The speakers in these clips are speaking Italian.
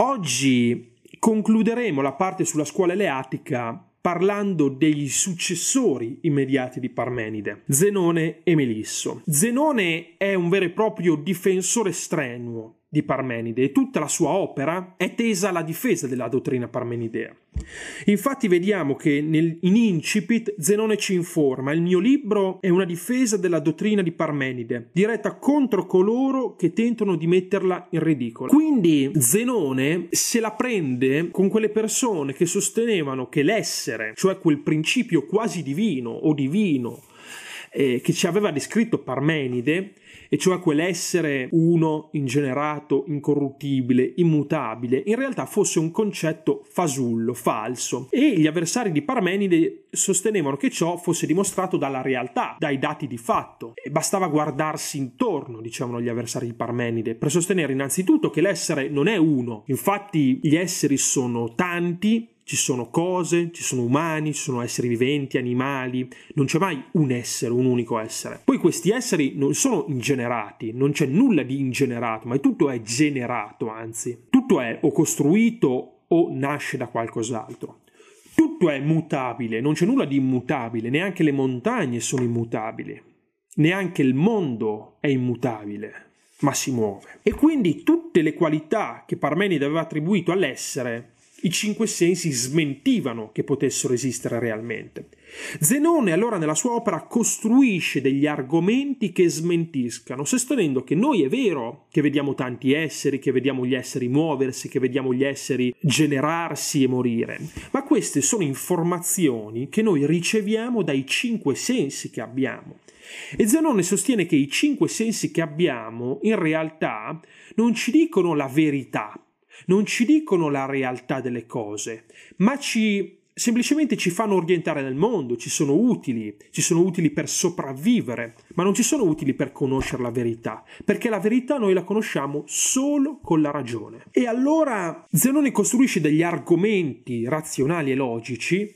Oggi concluderemo la parte sulla scuola eleatica parlando degli successori immediati di Parmenide, Zenone e Melisso. Zenone è un vero e proprio difensore strenuo di Parmenide e tutta la sua opera è tesa alla difesa della dottrina parmenidea. Infatti vediamo che in incipit Zenone ci informa: il mio libro è una difesa della dottrina di Parmenide, diretta contro coloro che tentano di metterla in ridicolo. Quindi Zenone se la prende con quelle persone che sostenevano che l'essere, cioè quel principio quasi divino o divino che ci aveva descritto Parmenide, e cioè quell'essere uno, ingenerato, incorruttibile, immutabile, in realtà fosse un concetto fasullo, falso, e gli avversari di Parmenide sostenevano che ciò fosse dimostrato dalla realtà, dai dati di fatto, e bastava guardarsi intorno, dicevano gli avversari di Parmenide, per sostenere innanzitutto che l'essere non è uno. Infatti gli esseri sono tanti, ci sono cose, ci sono umani, ci sono esseri viventi, animali, non c'è mai un essere, un unico essere. Poi questi esseri non sono ingenerati, non c'è nulla di ingenerato, ma tutto è generato, anzi. Tutto è o costruito o nasce da qualcos'altro. Tutto è mutabile, non c'è nulla di immutabile, neanche le montagne sono immutabili, neanche il mondo è immutabile, ma si muove. E quindi tutte le qualità che Parmenide aveva attribuito all'essere, i cinque sensi smentivano che potessero esistere realmente. Zenone allora nella sua opera costruisce degli argomenti che smentiscano, sostenendo che noi è vero che vediamo tanti esseri, che vediamo gli esseri muoversi, che vediamo gli esseri generarsi e morire, ma queste sono informazioni che noi riceviamo dai cinque sensi che abbiamo. E Zenone sostiene che i cinque sensi che abbiamo in realtà non ci dicono la verità, non ci dicono la realtà delle cose, ma semplicemente ci fanno orientare nel mondo, ci sono utili per sopravvivere, ma non ci sono utili per conoscere la verità, perché la verità noi la conosciamo solo con la ragione. E allora Zenone costruisce degli argomenti razionali e logici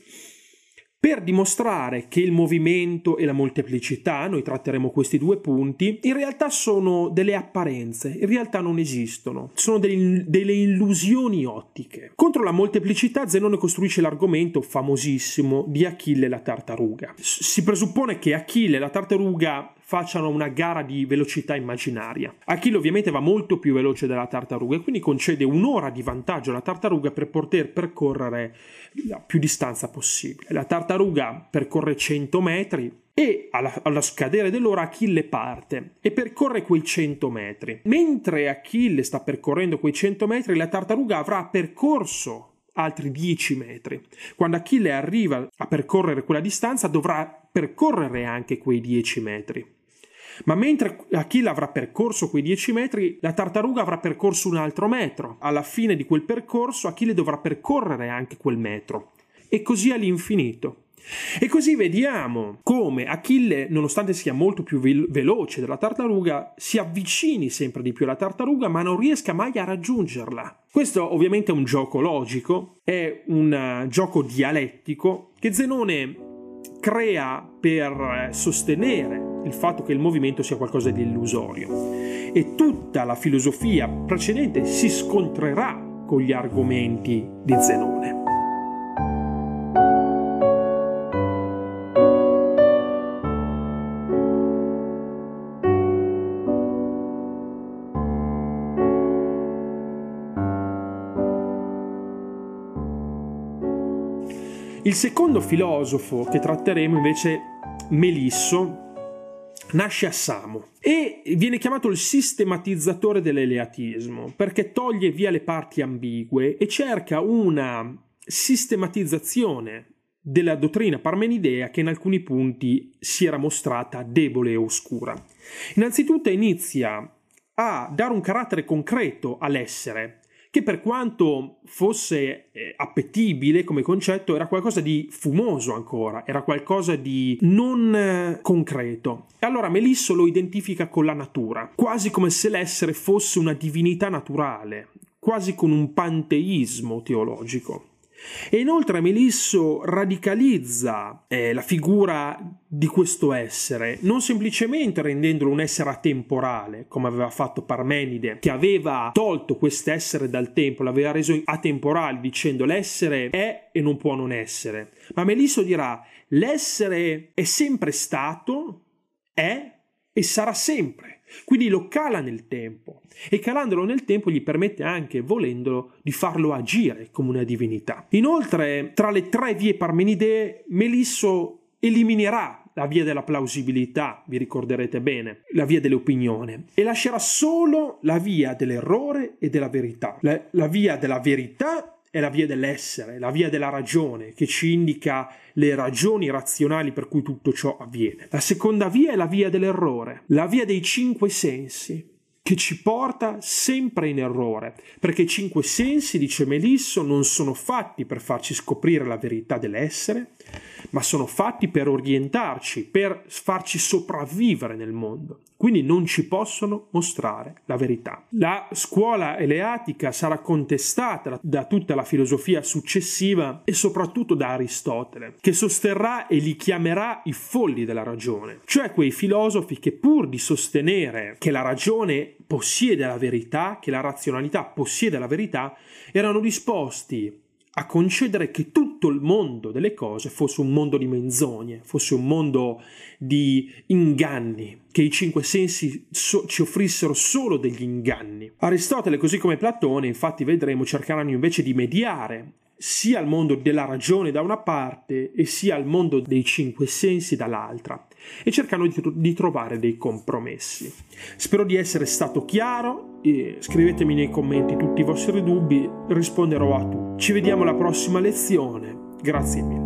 per dimostrare che il movimento e la molteplicità, noi tratteremo questi due punti, in realtà sono delle apparenze, in realtà non esistono, sono delle illusioni ottiche. Contro la molteplicità Zenone costruisce l'argomento famosissimo di Achille e la tartaruga. Si presuppone che Achille e la tartaruga facciano una gara di velocità immaginaria. Achille ovviamente va molto più veloce della tartaruga e quindi concede un'ora di vantaggio alla tartaruga per poter percorrere la più distanza possibile. La tartaruga percorre 100 metri e allo scadere dell'ora Achille parte e percorre quei 100 metri. Mentre Achille sta percorrendo quei 100 metri, la tartaruga avrà percorso altri 10 metri. Quando Achille arriva a percorrere quella distanza dovrà percorrere anche quei 10 metri. Ma mentre Achille avrà percorso quei 10 metri, la tartaruga avrà percorso un altro metro. Alla fine di quel percorso Achille dovrà percorrere anche quel metro. E così all'infinito. E così vediamo come Achille, nonostante sia molto più veloce della tartaruga, si avvicini sempre di più alla tartaruga, ma non riesca mai a raggiungerla. Questo ovviamente è un gioco logico, è un gioco dialettico che Zenone crea per sostenere il fatto che il movimento sia qualcosa di illusorio. E tutta la filosofia precedente si scontrerà con gli argomenti di Zenone. Il secondo filosofo che tratteremo invece, Melisso, nasce a Samo e viene chiamato il sistematizzatore dell'eleatismo perché toglie via le parti ambigue e cerca una sistematizzazione della dottrina parmenidea che in alcuni punti si era mostrata debole e oscura. Innanzitutto inizia a dare un carattere concreto all'essere, che per quanto fosse appetibile come concetto era qualcosa di fumoso ancora, era qualcosa di non concreto. E allora Melisso lo identifica con la natura, quasi come se l'essere fosse una divinità naturale, quasi con un panteismo teologico. E inoltre Melisso radicalizza la figura di questo essere, non semplicemente rendendolo un essere atemporale, come aveva fatto Parmenide, che aveva tolto quest'essere dal tempo, l'aveva reso atemporale dicendo l'essere è e non può non essere, ma Melisso dirà l'essere è sempre stato, è e sarà sempre. Quindi lo cala nel tempo e calandolo nel tempo gli permette anche, volendolo, di farlo agire come una divinità. Inoltre, tra le 3 vie parmenidee, Melisso eliminerà la via della plausibilità, vi ricorderete bene, la via dell'opinione, e lascerà solo la via dell'errore e della verità. La via della verità è la via dell'essere, la via della ragione, che ci indica le ragioni razionali per cui tutto ciò avviene. La seconda via è la via dell'errore, la via dei 5 sensi, che ci porta sempre in errore, perché i 5 sensi, dice Melisso, non sono fatti per farci scoprire la verità dell'essere, ma sono fatti per orientarci, per farci sopravvivere nel mondo. Quindi non ci possono mostrare la verità. La scuola eleatica sarà contestata da tutta la filosofia successiva e soprattutto da Aristotele, che sosterrà e li chiamerà i folli della ragione, cioè quei filosofi che pur di sostenere che la ragione possiede la verità, che la razionalità possiede la verità, erano disposti a concedere che tutto il mondo delle cose fosse un mondo di menzogne, fosse un mondo di inganni, che i 5 sensi ci offrissero solo degli inganni. Aristotele, così come Platone, infatti vedremo, cercheranno invece di mediare sia al mondo della ragione da una parte e sia al mondo dei 5 sensi dall'altra, e cercano di trovare dei compromessi. Spero di essere stato chiaro, e scrivetemi nei commenti tutti i vostri dubbi, risponderò a tutti. Ci vediamo alla prossima lezione, grazie mille.